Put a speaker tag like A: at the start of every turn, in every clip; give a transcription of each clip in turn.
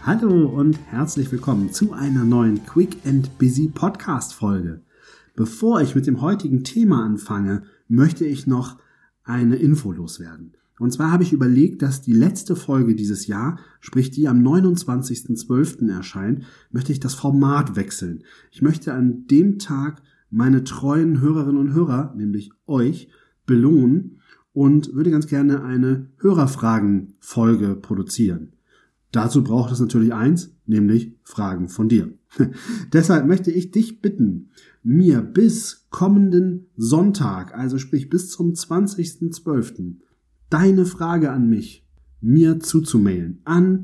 A: Hallo und herzlich willkommen zu einer neuen Quick and Busy Podcast Folge. Bevor ich mit dem heutigen Thema anfange, möchte ich noch eine Info loswerden. Und zwar habe ich überlegt, dass die letzte Folge dieses Jahr, sprich die am 29.12. erscheint, möchte ich das Format wechseln. Ich möchte an dem Tag meine treuen Hörerinnen und Hörer, nämlich euch, belohnen und würde ganz gerne eine Hörerfragen-Folge produzieren. Dazu braucht es natürlich eins, nämlich Fragen von dir. Deshalb möchte ich dich bitten, mir bis kommenden Sonntag, also sprich bis zum 20.12., deine Frage an mich, mir zuzumailen an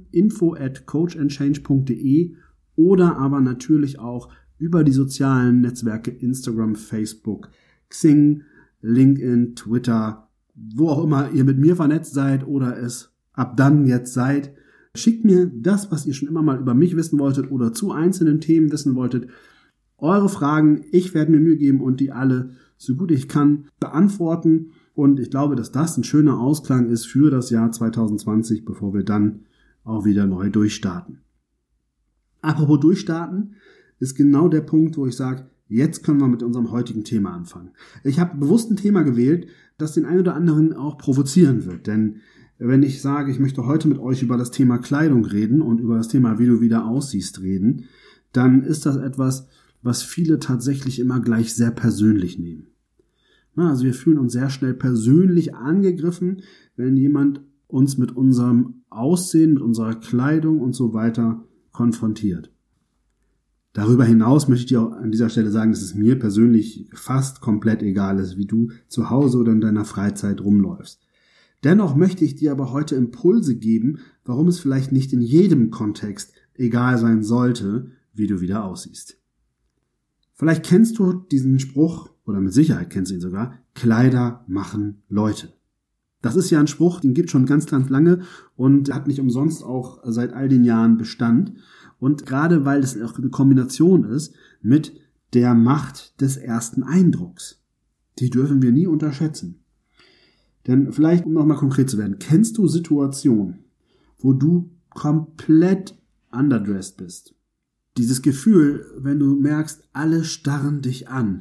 A: info@coachandchange.de oder aber natürlich auch über die sozialen Netzwerke Instagram, Facebook, Xing, LinkedIn, Twitter, wo auch immer ihr mit mir vernetzt seid oder es ab dann jetzt seid. Schickt mir das, was ihr schon immer mal über mich wissen wolltet oder zu einzelnen Themen wissen wolltet. Eure Fragen, ich werde mir Mühe geben und die alle, so gut ich kann, beantworten. Und ich glaube, dass das ein schöner Ausklang ist für das Jahr 2020, bevor wir dann auch wieder neu durchstarten. Apropos durchstarten, ist genau der Punkt, wo ich sage, jetzt können wir mit unserem heutigen Thema anfangen. Ich habe bewusst ein Thema gewählt, das den einen oder anderen auch provozieren wird, denn wenn ich sage, ich möchte heute mit euch über das Thema Kleidung reden und über das Thema, wie du wieder aussiehst, reden, dann ist das etwas, was viele tatsächlich immer gleich sehr persönlich nehmen. Also wir fühlen uns sehr schnell persönlich angegriffen, wenn jemand uns mit unserem Aussehen, mit unserer Kleidung und so weiter konfrontiert. Darüber hinaus möchte ich dir auch an dieser Stelle sagen, dass es mir persönlich fast komplett egal ist, wie du zu Hause oder in deiner Freizeit rumläufst. Dennoch möchte ich dir aber heute Impulse geben, warum es vielleicht nicht in jedem Kontext egal sein sollte, wie du wieder aussiehst. Vielleicht kennst du diesen Spruch, oder mit Sicherheit kennst du ihn sogar, Kleider machen Leute. Das ist ja ein Spruch, den gibt es schon ganz, ganz lange und hat nicht umsonst auch seit all den Jahren Bestand. Und gerade weil es auch eine Kombination ist mit der Macht des ersten Eindrucks. Die dürfen wir nie unterschätzen. Denn vielleicht, um nochmal konkret zu werden, kennst du Situationen, wo du komplett underdressed bist? Dieses Gefühl, wenn du merkst, alle starren dich an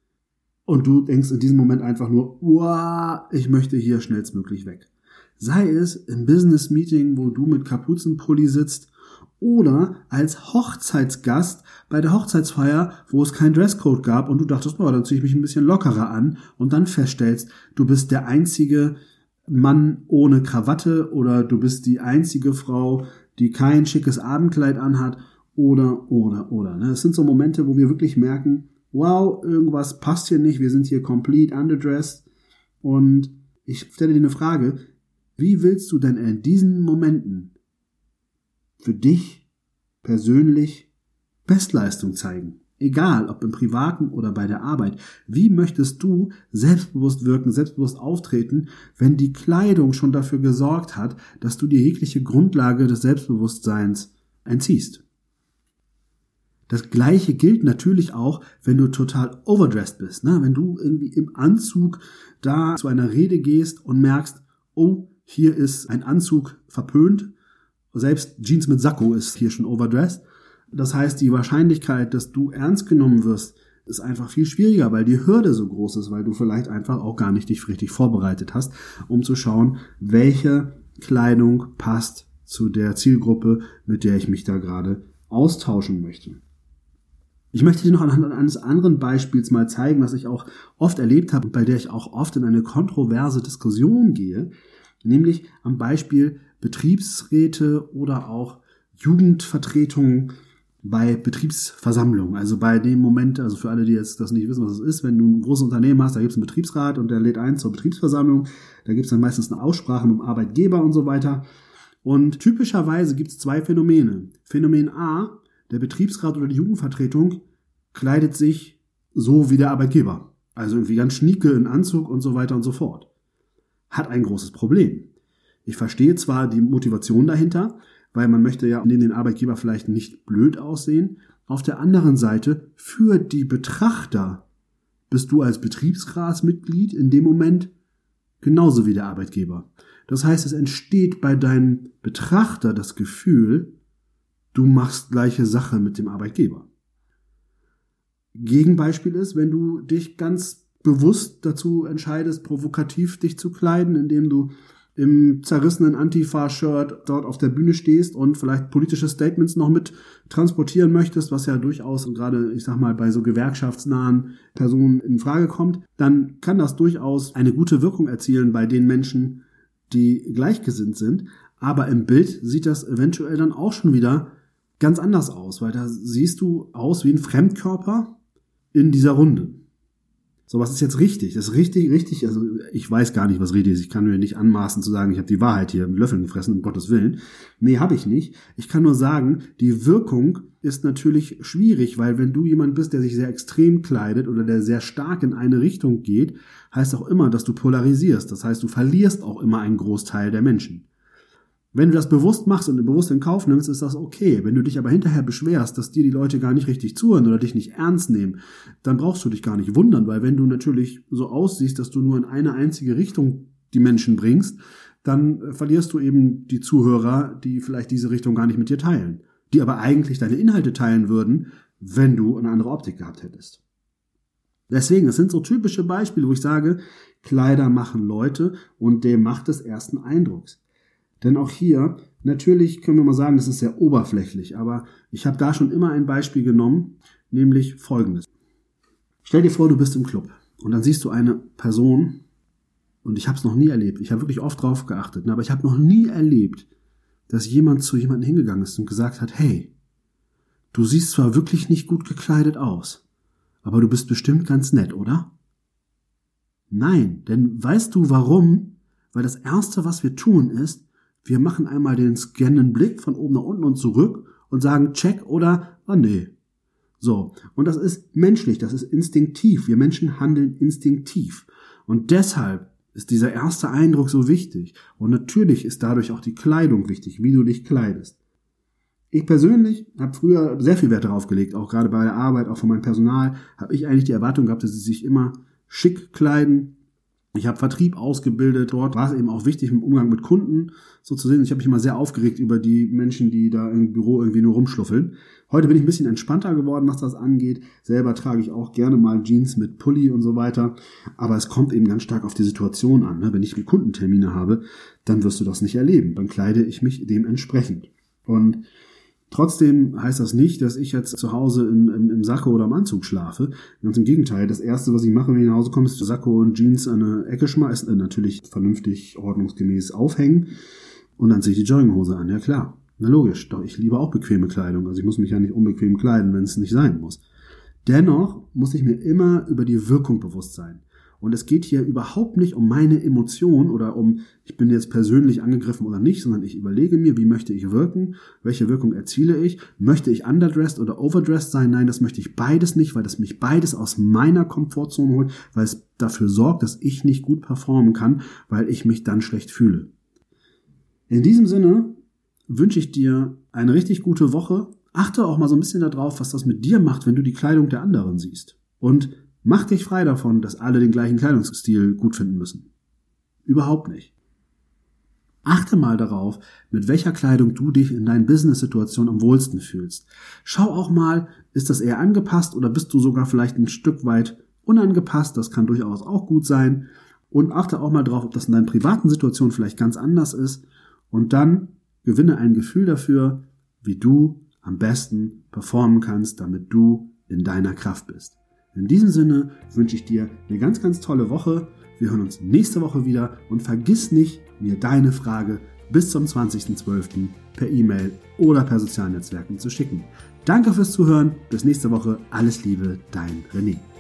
A: und du denkst in diesem Moment einfach nur, wow, ich möchte hier schnellstmöglich weg. Sei es im Business-Meeting, wo du mit Kapuzenpulli sitzt, oder als Hochzeitsgast bei der Hochzeitsfeier, wo es keinen Dresscode gab und du dachtest, dann ziehe ich mich ein bisschen lockerer an und dann feststellst, du bist der einzige Mann ohne Krawatte oder du bist die einzige Frau, die kein schickes Abendkleid anhat oder. Es sind so Momente, wo wir wirklich merken, wow, irgendwas passt hier nicht, wir sind hier complete underdressed und ich stelle dir eine Frage, wie willst du denn in diesen Momenten für dich persönlich Bestleistung zeigen? Egal, ob im Privaten oder bei der Arbeit. Wie möchtest du selbstbewusst wirken, selbstbewusst auftreten, wenn die Kleidung schon dafür gesorgt hat, dass du dir jegliche Grundlage des Selbstbewusstseins entziehst? Das Gleiche gilt natürlich auch, wenn du total overdressed bist, ne? Wenn du irgendwie im Anzug da zu einer Rede gehst und merkst, oh, hier ist ein Anzug verpönt. Selbst Jeans mit Sakko ist hier schon overdressed. Das heißt, die Wahrscheinlichkeit, dass du ernst genommen wirst, ist einfach viel schwieriger, weil die Hürde so groß ist, weil du vielleicht einfach auch gar nicht dich richtig vorbereitet hast, um zu schauen, welche Kleidung passt zu der Zielgruppe, mit der ich mich da gerade austauschen möchte. Ich möchte dir noch anhand eines anderen Beispiels mal zeigen, was ich auch oft erlebt habe und bei der ich auch oft in eine kontroverse Diskussion gehe, nämlich am Beispiel Betriebsräte oder auch Jugendvertretungen bei Betriebsversammlungen. Also bei dem Moment, also für alle, die jetzt das nicht wissen, was es ist, wenn du ein großes Unternehmen hast, da gibt es einen Betriebsrat und der lädt ein zur Betriebsversammlung. Da gibt es dann meistens eine Aussprache mit dem Arbeitgeber und so weiter. Und typischerweise gibt es zwei Phänomene. Phänomen A, der Betriebsrat oder die Jugendvertretung kleidet sich so wie der Arbeitgeber. Also irgendwie ganz schnieke in Anzug und so weiter und so fort. Hat ein großes Problem. Ich verstehe zwar die Motivation dahinter, weil man möchte ja neben den Arbeitgeber vielleicht nicht blöd aussehen. Auf der anderen Seite, für die Betrachter bist du als Betriebsratsmitglied in dem Moment genauso wie der Arbeitgeber. Das heißt, es entsteht bei deinem Betrachter das Gefühl, du machst gleiche Sache mit dem Arbeitgeber. Gegenbeispiel ist, wenn du dich ganz bewusst dazu entscheidest, provokativ dich zu kleiden, indem du im zerrissenen Antifa-Shirt dort auf der Bühne stehst und vielleicht politische Statements noch mit transportieren möchtest, was ja durchaus gerade, ich sag mal, bei so gewerkschaftsnahen Personen in Frage kommt, dann kann das durchaus eine gute Wirkung erzielen bei den Menschen, die gleichgesinnt sind. Aber im Bild sieht das eventuell dann auch schon wieder ganz anders aus, weil da siehst du aus wie ein Fremdkörper in dieser Runde. So, was ist jetzt richtig? Das ist richtig, also ich weiß gar nicht, was richtig ist. Ich kann mir nicht anmaßen zu sagen, ich habe die Wahrheit hier mit Löffeln gefressen, um Gottes Willen. Nee, habe ich nicht. Ich kann nur sagen, die Wirkung ist natürlich schwierig, weil wenn du jemand bist, der sich sehr extrem kleidet oder der sehr stark in eine Richtung geht, heißt auch immer, dass du polarisierst. Das heißt, du verlierst auch immer einen Großteil der Menschen. Wenn du das bewusst machst und bewusst in Kauf nimmst, ist das okay. Wenn du dich aber hinterher beschwerst, dass dir die Leute gar nicht richtig zuhören oder dich nicht ernst nehmen, dann brauchst du dich gar nicht wundern, weil wenn du natürlich so aussiehst, dass du nur in eine einzige Richtung die Menschen bringst, dann verlierst du eben die Zuhörer, die vielleicht diese Richtung gar nicht mit dir teilen, die aber eigentlich deine Inhalte teilen würden, wenn du eine andere Optik gehabt hättest. Deswegen, es sind so typische Beispiele, wo ich sage, Kleider machen Leute und der Macht des ersten Eindrucks. Denn auch hier, natürlich können wir mal sagen, das ist sehr oberflächlich, aber ich habe da schon immer ein Beispiel genommen, nämlich Folgendes. Stell dir vor, du bist im Club und dann siehst du eine Person, und ich habe es noch nie erlebt, ich habe wirklich oft drauf geachtet, aber ich habe noch nie erlebt, dass jemand zu jemandem hingegangen ist und gesagt hat, hey, du siehst zwar wirklich nicht gut gekleidet aus, aber du bist bestimmt ganz nett, oder? Nein, denn weißt du warum? Weil das Erste, was wir tun, ist, wir machen einmal den scannenden Blick von oben nach unten und zurück und sagen check oder nee. So, und das ist menschlich, das ist instinktiv. Wir Menschen handeln instinktiv. Und deshalb ist dieser erste Eindruck so wichtig. Und natürlich ist dadurch auch die Kleidung wichtig, wie du dich kleidest. Ich persönlich habe früher sehr viel Wert darauf gelegt, auch gerade bei der Arbeit, auch von meinem Personal, habe ich eigentlich die Erwartung gehabt, dass sie sich immer schick kleiden. Ich habe Vertrieb ausgebildet, dort war es eben auch wichtig im Umgang mit Kunden so zu sehen. Ich habe mich immer sehr aufgeregt über die Menschen, die da im Büro irgendwie nur rumschluffeln. Heute bin ich ein bisschen entspannter geworden, was das angeht. Selber trage ich auch gerne mal Jeans mit Pulli und so weiter. Aber es kommt eben ganz stark auf die Situation an. Wenn ich Kundentermine habe, dann wirst du das nicht erleben. Dann kleide ich mich dementsprechend. Und trotzdem heißt das nicht, dass ich jetzt zu Hause im Sakko oder im Anzug schlafe. Ganz im Gegenteil. Das Erste, was ich mache, wenn ich nach Hause komme, ist Sakko und Jeans an eine Ecke schmeißen, natürlich vernünftig, ordnungsgemäß aufhängen und dann ziehe ich die Jogginghose an. Ja klar, na logisch. Doch ich liebe auch bequeme Kleidung. Also ich muss mich ja nicht unbequem kleiden, wenn es nicht sein muss. Dennoch muss ich mir immer über die Wirkung bewusst sein. Und es geht hier überhaupt nicht um meine Emotion oder um, ich bin jetzt persönlich angegriffen oder nicht, sondern ich überlege mir, wie möchte ich wirken, welche Wirkung erziele ich, möchte ich underdressed oder overdressed sein? Nein, das möchte ich beides nicht, weil das mich beides aus meiner Komfortzone holt, weil es dafür sorgt, dass ich nicht gut performen kann, weil ich mich dann schlecht fühle. In diesem Sinne wünsche ich dir eine richtig gute Woche. Achte auch mal so ein bisschen darauf, was das mit dir macht, wenn du die Kleidung der anderen siehst. Und mach dich frei davon, dass alle den gleichen Kleidungsstil gut finden müssen. Überhaupt nicht. Achte mal darauf, mit welcher Kleidung du dich in deinen Business-Situationen am wohlsten fühlst. Schau auch mal, ist das eher angepasst oder bist du sogar vielleicht ein Stück weit unangepasst? Das kann durchaus auch gut sein. Und achte auch mal darauf, ob das in deinen privaten Situationen vielleicht ganz anders ist. Und dann gewinne ein Gefühl dafür, wie du am besten performen kannst, damit du in deiner Kraft bist. In diesem Sinne wünsche ich dir eine ganz, ganz tolle Woche. Wir hören uns nächste Woche wieder und vergiss nicht, mir deine Frage bis zum 20.12. per E-Mail oder per sozialen Netzwerken zu schicken. Danke fürs Zuhören. Bis nächste Woche. Alles Liebe, dein René.